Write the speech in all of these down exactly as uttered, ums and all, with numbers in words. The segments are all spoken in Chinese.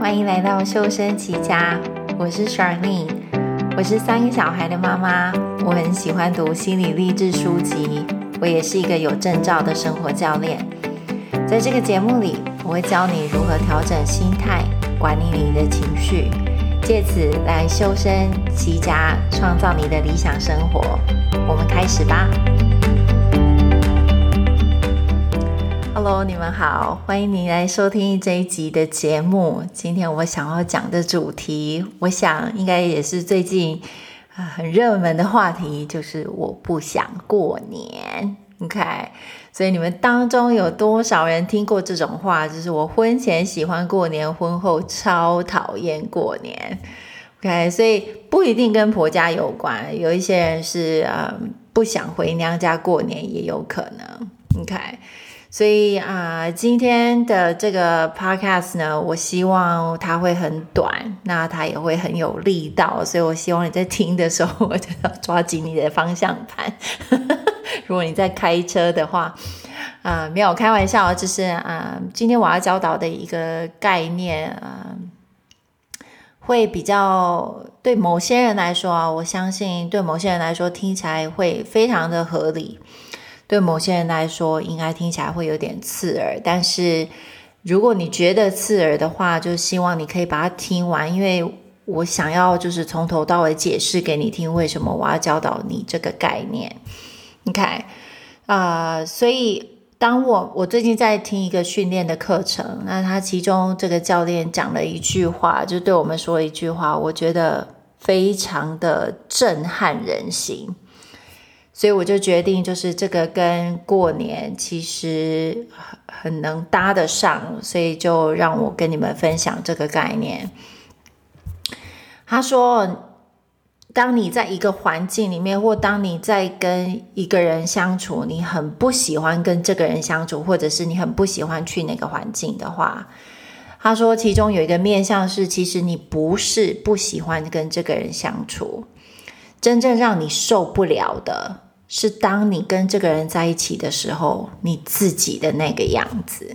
欢迎来到修身齐家，我是 Charlene， 我是三个小孩的妈妈，我很喜欢读心理励志书籍，我也是一个有证照的生活教练。在这个节目里，我会教你如何调整心态，管理你的情绪，借此来修身齐家，创造你的理想生活。我们开始吧。Hello， 你们好，欢迎你来收听这一集的节目。今天我想要讲的主题，我想应该也是最近、呃、很热门的话题，就是我不想过年。OK， 所以你们当中有多少人听过这种话？就是我婚前喜欢过年，婚后超讨厌过年。OK， 所以不一定跟婆家有关，有一些人是、呃、不想回娘家过年，也有可能。OK。所以啊、呃，今天的这个 podcast 呢，我希望它会很短，那它也会很有力道，所以我希望你在听的时候，我就要抓紧你的方向盘。如果你在开车的话，啊、呃，没有开玩笑，就是啊、呃，今天我要教导的一个概念，啊、呃，会比较对某些人来说啊，我相信对某些人来说听起来会非常的合理。对某些人来说应该听起来会有点刺耳，但是如果你觉得刺耳的话，就希望你可以把它听完，因为我想要就是从头到尾解释给你听为什么我要教导你这个概念。 OK， 呃，所以当我我最近在听一个训练的课程，那他其中这个教练讲了一句话，就对我们说了一句话，我觉得非常的震撼人心，所以我就决定就是这个跟过年其实很能搭得上，所以就让我跟你们分享这个概念。他说当你在一个环境里面，或当你在跟一个人相处，你很不喜欢跟这个人相处，或者是你很不喜欢去那个环境的话，他说其中有一个面向是其实你不是不喜欢跟这个人相处，真正让你受不了的是当你跟这个人在一起的时候，你自己的那个样子。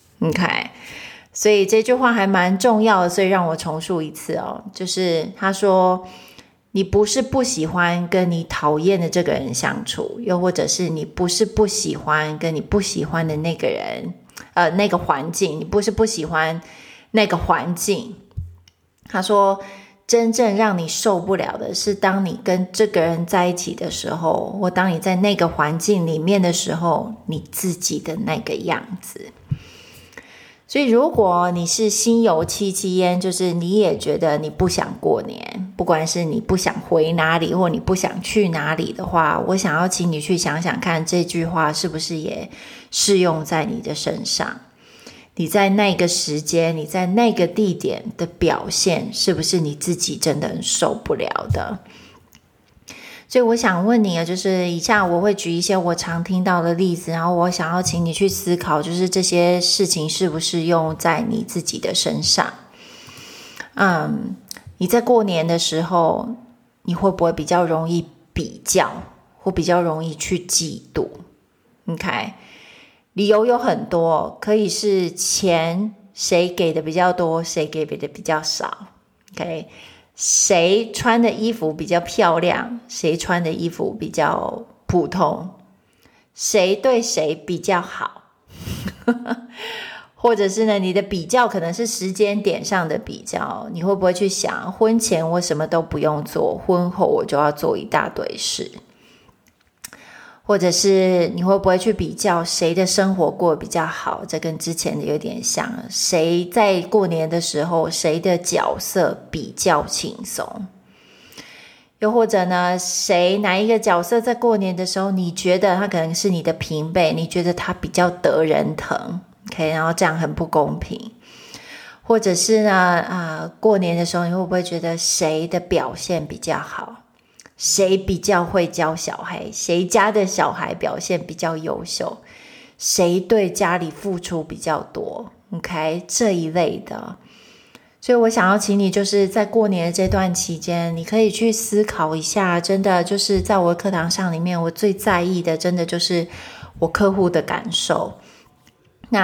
OK， 所以这句话还蛮重要的，所以让我重述一次哦，就是他说你不是不喜欢跟你讨厌的这个人相处，又或者是你不是不喜欢跟你不喜欢的那个人呃，那个环境，你不是不喜欢那个环境。他说真正让你受不了的是当你跟这个人在一起的时候，或当你在那个环境里面的时候，你自己的那个样子。所以如果你是心有戚戚焉，就是你也觉得你不想过年，不管是你不想回哪里或你不想去哪里的话，我想要请你去想想看，这句话是不是也适用在你的身上。你在那个时间，你在那个地点的表现，是不是你自己真的很受不了的？所以我想问你啊，就是以下我会举一些我常听到的例子，然后我想要请你去思考，就是这些事情是不是用在你自己的身上。嗯，你在过年的时候，你会不会比较容易比较，或比较容易去嫉妒？ OK，理由有很多，可以是钱谁给的比较多，谁给的比较少。 OK， 谁穿的衣服比较漂亮，谁穿的衣服比较普通，谁对谁比较好。或者是呢，你的比较可能是时间点上的比较，你会不会去想婚前我什么都不用做，婚后我就要做一大堆事？或者是你会不会去比较谁的生活过得比较好，这跟之前的有点像，谁在过年的时候谁的角色比较轻松？又或者呢，谁哪一个角色在过年的时候你觉得他可能是你的平辈，你觉得他比较得人疼， OK， 然后这样很不公平。或者是呢、呃、过年的时候你会不会觉得谁的表现比较好，谁比较会教小孩，谁家的小孩表现比较优秀，谁对家里付出比较多， OK， 这一类的。所以我想要请你就是在过年的这段期间，你可以去思考一下，真的就是在我的课堂上里面，我最在意的真的就是我客户的感受。那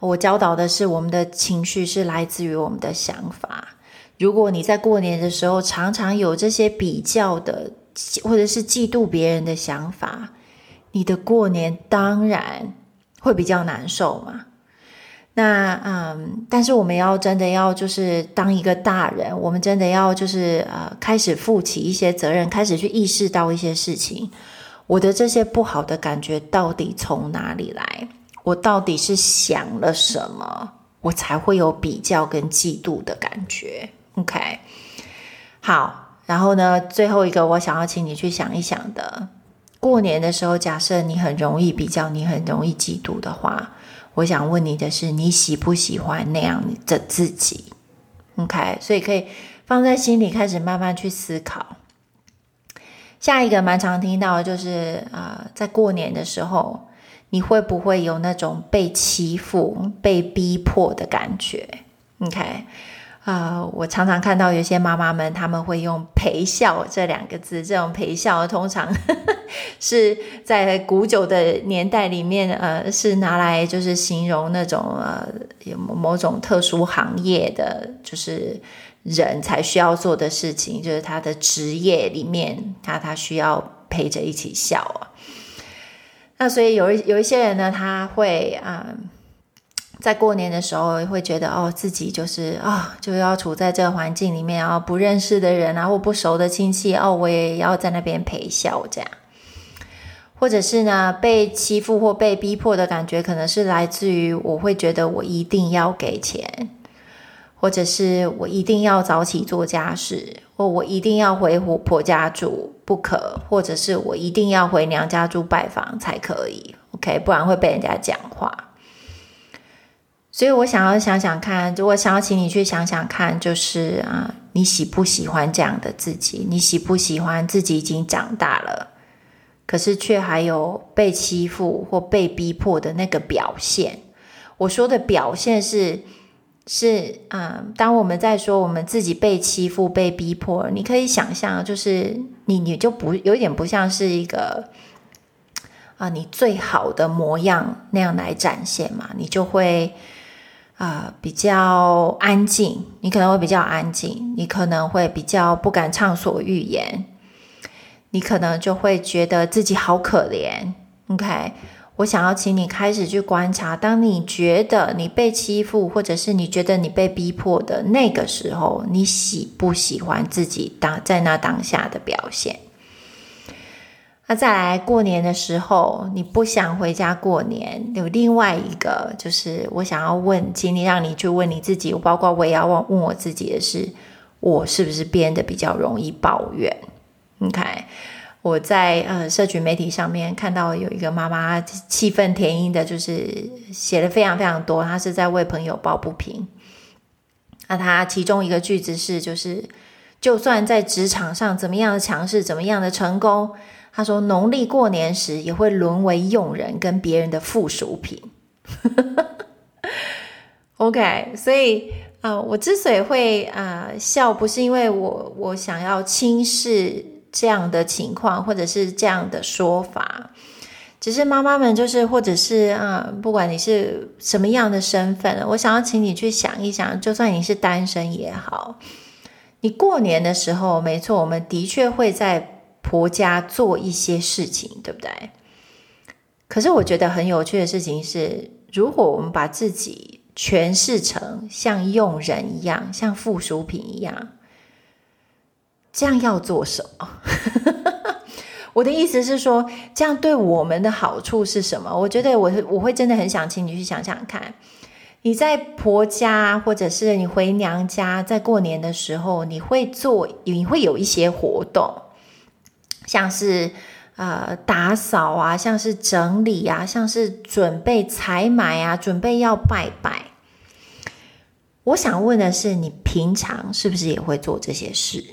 我教导的是，我们的情绪是来自于我们的想法。如果你在过年的时候常常有这些比较的，或者是嫉妒别人的想法，你的过年当然会比较难受嘛。那嗯，但是我们要真的要就是当一个大人，我们真的要就是呃开始负起一些责任，开始去意识到一些事情。我的这些不好的感觉到底从哪里来？我到底是想了什么，我才会有比较跟嫉妒的感觉？ OK， 好，然后呢，最后一个我想要请你去想一想的，过年的时候，假设你很容易比较，你很容易嫉妒的话，我想问你的是，你喜不喜欢那样的自己？ OK， 所以可以放在心里，开始慢慢去思考。下一个蛮常听到的就是、呃、在过年的时候，你会不会有那种被欺负、被逼迫的感觉？ OK， 呃，我常常看到有些妈妈们，他们会用陪笑这两个字，这种陪笑通常是在古久的年代里面，呃，是拿来就是形容那种呃有某种特殊行业的就是人才需要做的事情，就是他的职业里面，他他需要陪着一起笑啊。那所以有一有一些人呢，他会啊、嗯，在过年的时候会觉得哦，自己就是啊、哦，就要处在这个环境里面，然后不认识的人啊，或不熟的亲戚哦，我也要在那边陪笑这样。或者是呢，被欺负或被逼迫的感觉，可能是来自于我会觉得我一定要给钱，或者是我一定要早起做家事，或我一定要回婆家住不可，或者是我一定要回娘家住拜访才可以 OK， 不然会被人家讲话。所以我想要想想看，我想要请你去想想看，就是啊，你喜不喜欢这样的自己？你喜不喜欢自己已经长大了，可是却还有被欺负或被逼迫的那个表现？我说的表现是是、嗯、当我们在说我们自己被欺负被逼迫，你可以想象就是你你就不有点不像是一个啊、你最好的模样那样来展现嘛，你就会呃比较安静，你可能会比较安静，你可能会比较不敢畅所欲言，你可能就会觉得自己好可怜。 OK，我想要请你开始去观察，当你觉得你被欺负，或者是你觉得你被逼迫的那个时候，你喜不喜欢自己当在那当下的表现？那再来过年的时候，你不想回家过年，有另外一个就是我想要问，请你让你去问你自己，包括我也要问我自己的是，我是不是变得比较容易抱怨？ OK，我在呃社群媒体上面看到有一个妈妈气愤填膺的，就是写了非常非常多，她是在为朋友抱不平。那她其中一个句子是，就是就算在职场上怎么样的强势，怎么样的成功，她说农历过年时也会沦为佣人跟别人的附属品。OK， 所以呃，我之所以会呃笑，不是因为我我想要轻视这样的情况，或者是这样的说法，只是妈妈们就是或者是啊、呃，不管你是什么样的身份，我想要请你去想一想，就算你是单身也好，你过年的时候，没错，我们的确会在婆家做一些事情，对不对？可是我觉得很有趣的事情是，如果我们把自己诠释成像佣人一样，像附属品一样，这样要做什么？我的意思是说，这样对我们的好处是什么？我觉得我我会真的很想请你去想想看，你在婆家或者是你回娘家，在过年的时候，你会做，你会有一些活动，像是呃打扫啊，像是整理啊，像是准备采买啊，准备要拜拜。我想问的是，你平常是不是也会做这些事？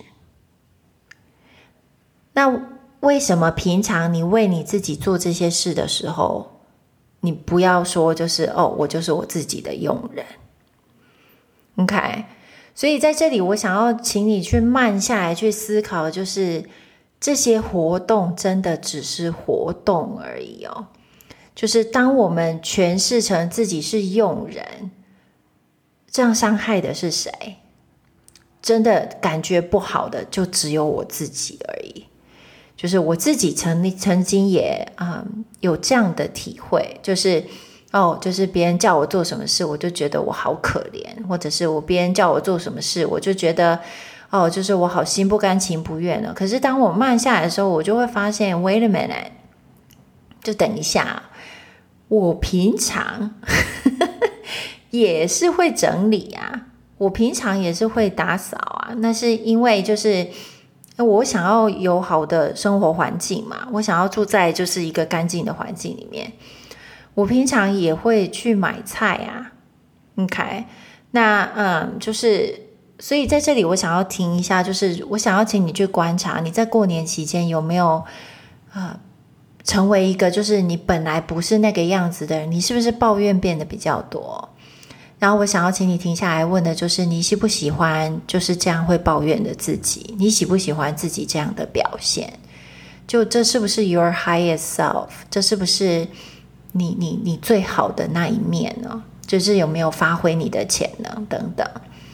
那为什么平常你为你自己做这些事的时候，你不要说就是哦，我就是我自己的佣人 OK， 所以在这里我想要请你去慢下来去思考，就是这些活动真的只是活动而已哦。 就是当我们诠释成自己是佣人，这样伤害的是谁？真的感觉不好的就只有我自己而已。就是我自己曾曾经也、嗯、有这样的体会，就是哦，就是别人叫我做什么事，我就觉得我好可怜，或者是我别人叫我做什么事，我就觉得哦，就是我好心不甘情不愿了。可是当我慢下来的时候，我就会发现 ，wait a minute， 就等一下，我平常也是会整理啊，我平常也是会打扫啊，那是因为就是我想要有好的生活环境嘛，我想要住在就是一个干净的环境里面。我平常也会去买菜啊 OK， 那嗯，就是所以在这里我想要停一下，就是我想要请你去观察你在过年期间有没有呃成为一个就是你本来不是那个样子的人，你是不是抱怨变得比较多？然后我想要请你停下来问的就是你喜不喜欢就是这样会抱怨的自己，你喜不喜欢自己这样的表现？就这是不是 your highest self， 这是不是你你你最好的那一面呢？就是有没有发挥你的潜能等等。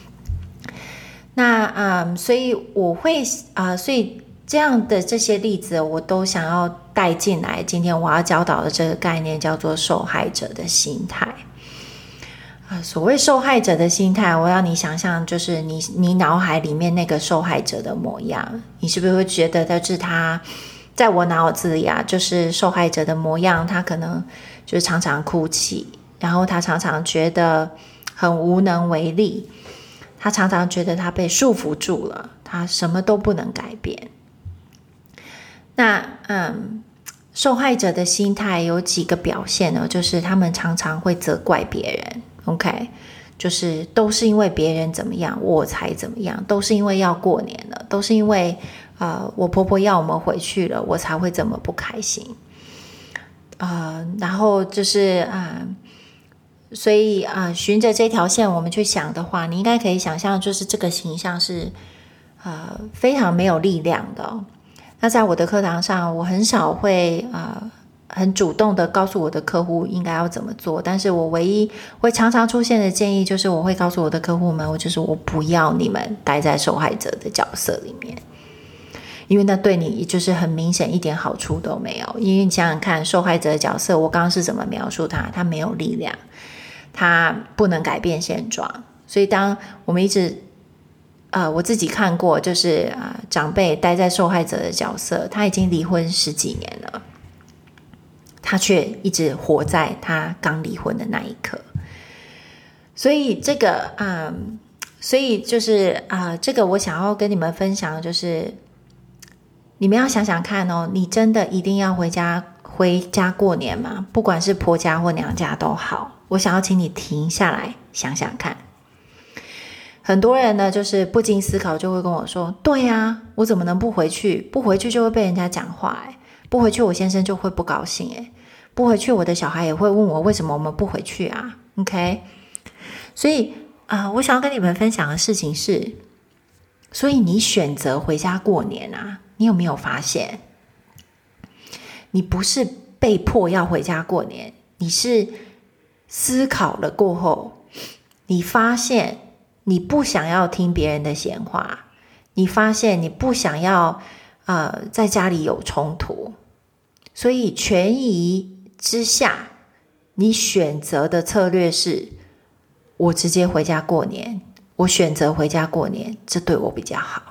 那嗯，所以我会啊、呃，所以这样的这些例子我都想要带进来。今天我要教导的这个概念叫做受害者的心态。呃，所谓受害者的心态，我要你想象，就是你你脑海里面那个受害者的模样，你是不是会觉得就是他在我脑子里啊，就是受害者的模样，他可能就是常常哭泣，然后他常常觉得很无能为力，他常常觉得他被束缚住了，他什么都不能改变。那嗯，受害者的心态有几个表现呢？就是他们常常会责怪别人。OK， 就是都是因为别人怎么样我才怎么样，都是因为要过年了，都是因为呃我婆婆要我们回去了，我才会这么不开心。呃，然后就是啊、呃，所以啊、呃，循着这条线我们去想的话，你应该可以想象，就是这个形象是呃非常没有力量的、哦。那在我的课堂上，我很少会呃。很主动的告诉我的客户应该要怎么做，但是我唯一会常常出现的建议就是我会告诉我的客户们，我就是我不要你们待在受害者的角色里面，因为那对你就是很明显一点好处都没有。因为你想想看，受害者的角色我刚刚是怎么描述他，他没有力量，他不能改变现状。所以当我们一直呃，我自己看过就是呃长辈待在受害者的角色，他已经离婚十几年了，他却一直活在他刚离婚的那一刻。所以这个嗯，所以就是啊、呃，这个我想要跟你们分享的就是你们要想想看哦，你真的一定要回家回家过年吗？不管是婆家或娘家都好，我想要请你停下来想想看。很多人呢就是不经思考就会跟我说，对呀，我怎么能不回去？不回去就会被人家讲话诶，不回去我先生就会不高兴诶，不回去我的小孩也会问我为什么我们不回去啊 OK， 所以啊、呃，我想要跟你们分享的事情是，所以你选择回家过年啊，你有没有发现你不是被迫要回家过年，你是思考了过后，你发现你不想要听别人的闲话，你发现你不想要呃在家里有冲突，所以权宜之下，你选择的策略是我直接回家过年，我选择回家过年，这对我比较好。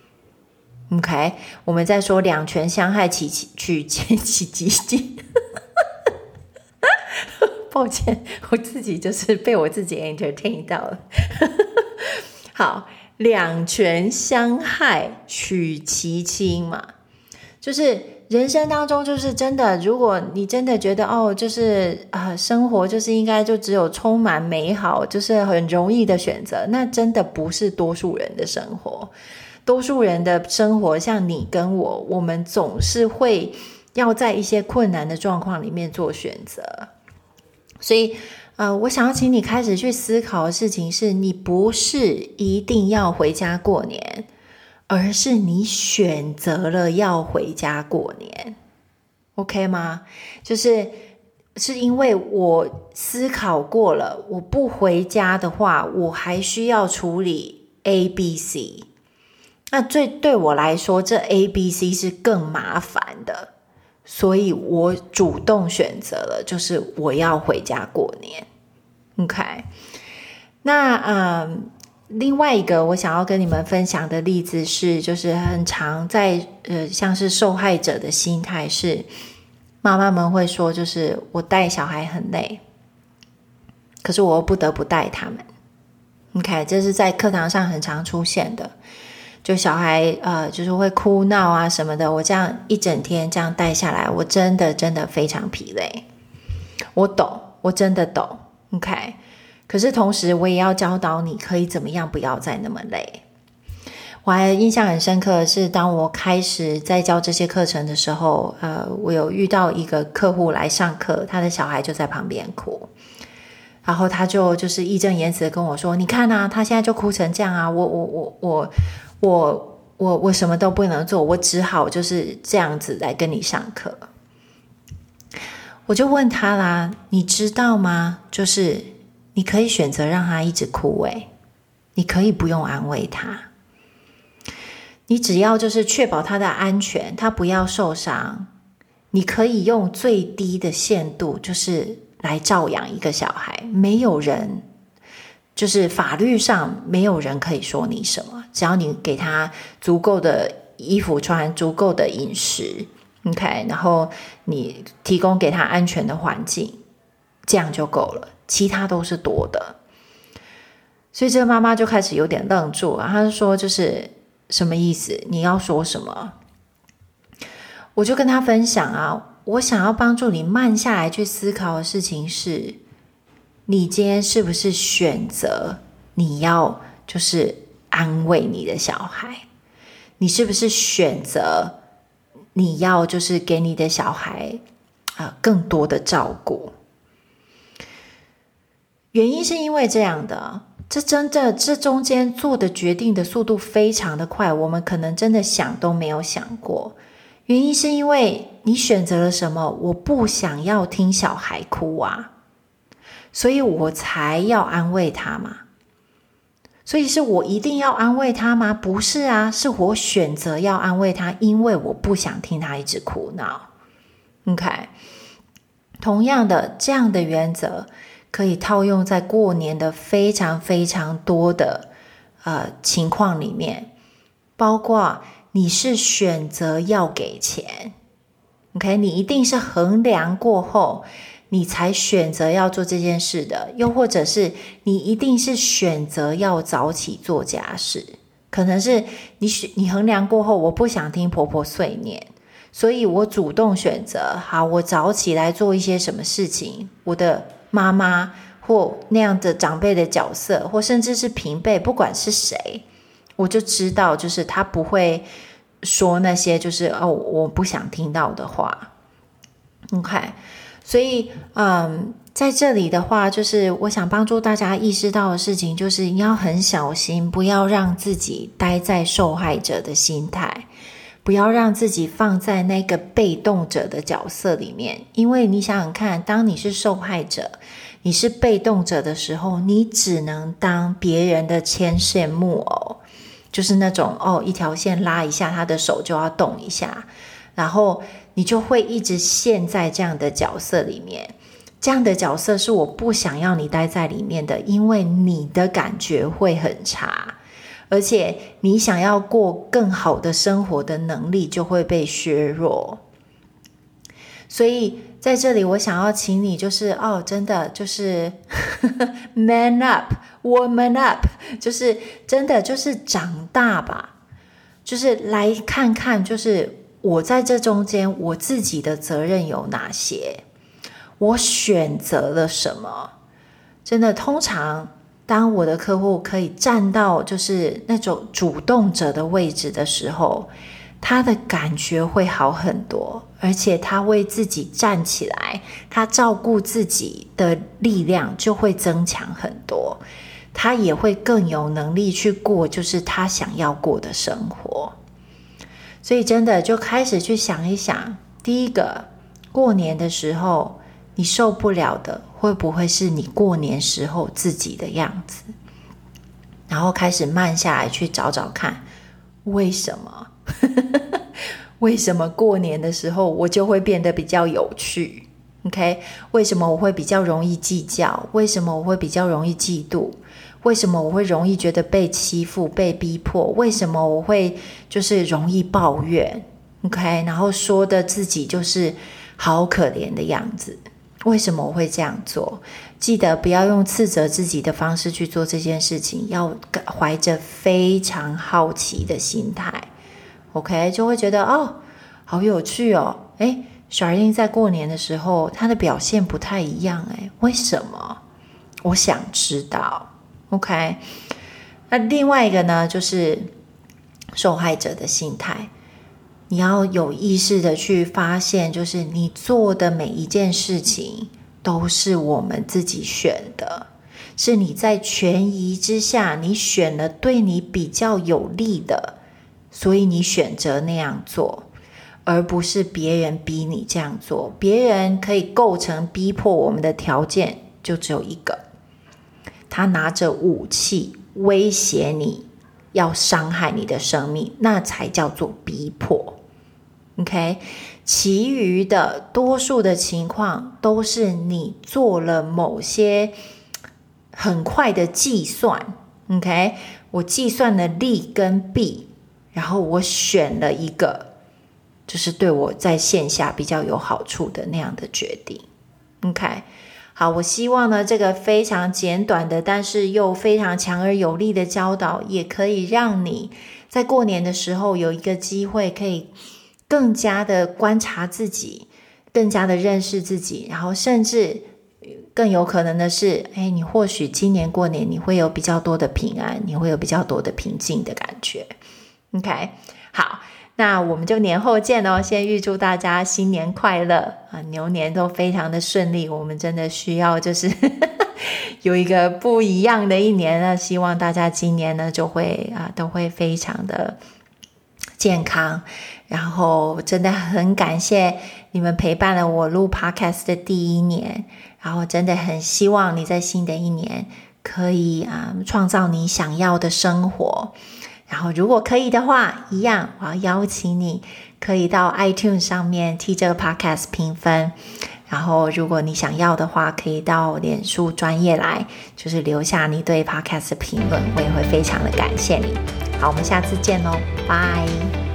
OK， 我们在说两权相害取取其极尽抱歉，我自己就是被我自己 entertain 到了好，两权相害取其轻嘛，就是人生当中就是真的，如果你真的觉得哦，就是呃，生活就是应该就只有充满美好，就是很容易的选择，那真的不是多数人的生活。多数人的生活像你跟我，我们总是会要在一些困难的状况里面做选择。所以呃，我想要请你开始去思考的事情是，你不是一定要回家过年，而是你选择了要回家过年 OK 吗？就是是因为我思考过了，我不回家的话，我还需要处理 A B C， 那最对我来说这 A B C 是更麻烦的，所以我主动选择了就是我要回家过年。 OK， 那嗯，另外一个我想要跟你们分享的例子是，就是很常在呃像是受害者的心态是，妈妈们会说就是我带小孩很累，可是我又不得不带他们。 OK， 这是在课堂上很常出现的，就小孩呃就是会哭闹啊什么的，我这样一整天这样带下来，我真的真的非常疲累。我懂，我真的懂。 OK， 可是同时我也要教导你可以怎么样不要再那么累。我还印象很深刻的是，当我开始在教这些课程的时候，呃，我有遇到一个客户来上课，他的小孩就在旁边哭，然后他就就是义正言辞的跟我说，你看啊，他现在就哭成这样啊，我我我我我我我什么都不能做，我只好就是这样子来跟你上课。我就问他啦，你知道吗？就是你可以选择让他一直哭诶，你可以不用安慰他，你只要就是确保他的安全，他不要受伤，你可以用最低的限度就是来照养一个小孩，没有人就是法律上没有人可以说你什么，只要你给他足够的衣服穿，足够的饮食 OK， 然后你提供给他安全的环境，这样就够了，其他都是多的。所以这个妈妈就开始有点愣住了，她就说就是什么意思？你要说什么？我就跟她分享啊，我想要帮助你慢下来去思考的事情是，你今天是不是选择你要就是安慰你的小孩？你是不是选择你要就是给你的小孩、呃、更多的照顾？原因是因为这样的，这真的这中间做的决定的速度非常的快，我们可能真的想都没有想过。原因是因为你选择了什么？我不想要听小孩哭啊，所以我才要安慰他嘛。所以是我一定要安慰他吗？不是啊，是我选择要安慰他，因为我不想听他一直哭闹。 OK， 同样的，这样的原则可以套用在过年的非常非常多的呃情况里面，包括你是选择要给钱 OK， 你一定是衡量过后你才选择要做这件事的，又或者是你一定是选择要早起做家事，可能是 你, 你衡量过后，我不想听婆婆碎念，所以我主动选择好，我早起来做一些什么事情，我的妈妈或那样的长辈的角色，或甚至是平辈，不管是谁，我就知道就是他不会说那些就是哦我不想听到的话。 OK， 所以嗯，在这里的话，就是我想帮助大家意识到的事情，就是你要很小心，不要让自己待在受害者的心态，不要让自己放在那个被动者的角色里面。因为你想想看，当你是受害者，你是被动者的时候，你只能当别人的牵线木偶，就是那种哦，一条线拉一下，他的手就要动一下，然后你就会一直陷在这样的角色里面。这样的角色是我不想要你待在里面的，因为你的感觉会很差，而且你想要过更好的生活的能力就会被削弱。所以在这里我想要请你就是哦，真的就是man up woman up， 就是真的就是长大吧，就是来看看就是我在这中间我自己的责任有哪些，我选择了什么。真的通常当我的客户可以站到就是那种主动者的位置的时候，他的感觉会好很多，而且他为自己站起来，他照顾自己的力量就会增强很多，他也会更有能力去过就是他想要过的生活。所以真的就开始去想一想，第一个，过年的时候你受不了的会不会是你过年时候自己的样子？然后开始慢下来去找找看，为什么？为什么过年的时候我就会变得比较有趣？ OK， 为什么我会比较容易计较？为什么我会比较容易嫉妒？为什么我会容易觉得被欺负、被逼迫？为什么我会就是容易抱怨 ？OK， 然后说的自己就是好可怜的样子。为什么我会这样做？记得不要用斥责自己的方式去做这件事情，要怀着非常好奇的心态。OK， 就会觉得哦，好有趣哦。诶Charlene 在过年的时候，她的表现不太一样，诶为什么？我想知道。OK， 那另外一个呢，就是受害者的心态。你要有意识的去发现，就是你做的每一件事情都是我们自己选的，是你在权宜之下，你选了对你比较有利的，所以你选择那样做。而不是别人逼你这样做。别人可以构成逼迫我们的条件就只有一个，他拿着武器威胁你，要伤害你的生命，那才叫做逼迫。 OK， 其余的多数的情况都是你做了某些很快的计算。 OK， 我计算了利跟弊，然后我选了一个就是对我在线下比较有好处的那样的决定。 OK， 好，我希望呢这个非常简短的但是又非常强而有力的教导，也可以让你在过年的时候有一个机会可以更加的观察自己，更加的认识自己，然后甚至更有可能的是，哎，你或许今年过年你会有比较多的平安，你会有比较多的平静的感觉。 OK， 好，那我们就年后见哦。先预祝大家新年快乐啊，牛年都非常的顺利。我们真的需要就是有一个不一样的一年呢，希望大家今年呢就会啊都会非常的健康。然后真的很感谢你们陪伴了我录 Podcast 的第一年，然后真的很希望你在新的一年可以啊创造你想要的生活。然后如果可以的话，一样我要邀请你可以到 iTunes 上面替这个 Podcast 评分，然后如果你想要的话，可以到脸书专页来就是留下你对 Podcast 的评论，我也会非常的感谢你。好，我们下次见咯，拜。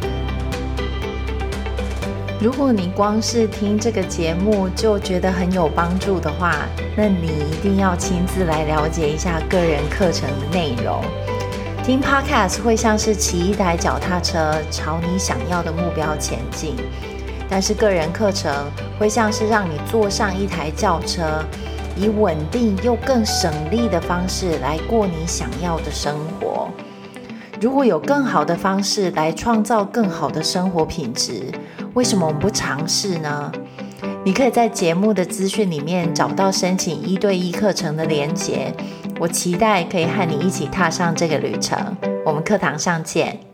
如果你光是听这个节目就觉得很有帮助的话，那你一定要亲自来了解一下个人课程的内容。听 Podcast 会像是骑一台脚踏车朝你想要的目标前进，但是个人课程会像是让你坐上一台轿车，以稳定又更省力的方式来过你想要的生活。如果有更好的方式来创造更好的生活品质，为什么我们不尝试呢？你可以在节目的资讯里面找到申请一对一课程的连结，我期待可以和你一起踏上这个旅程。我们课堂上见。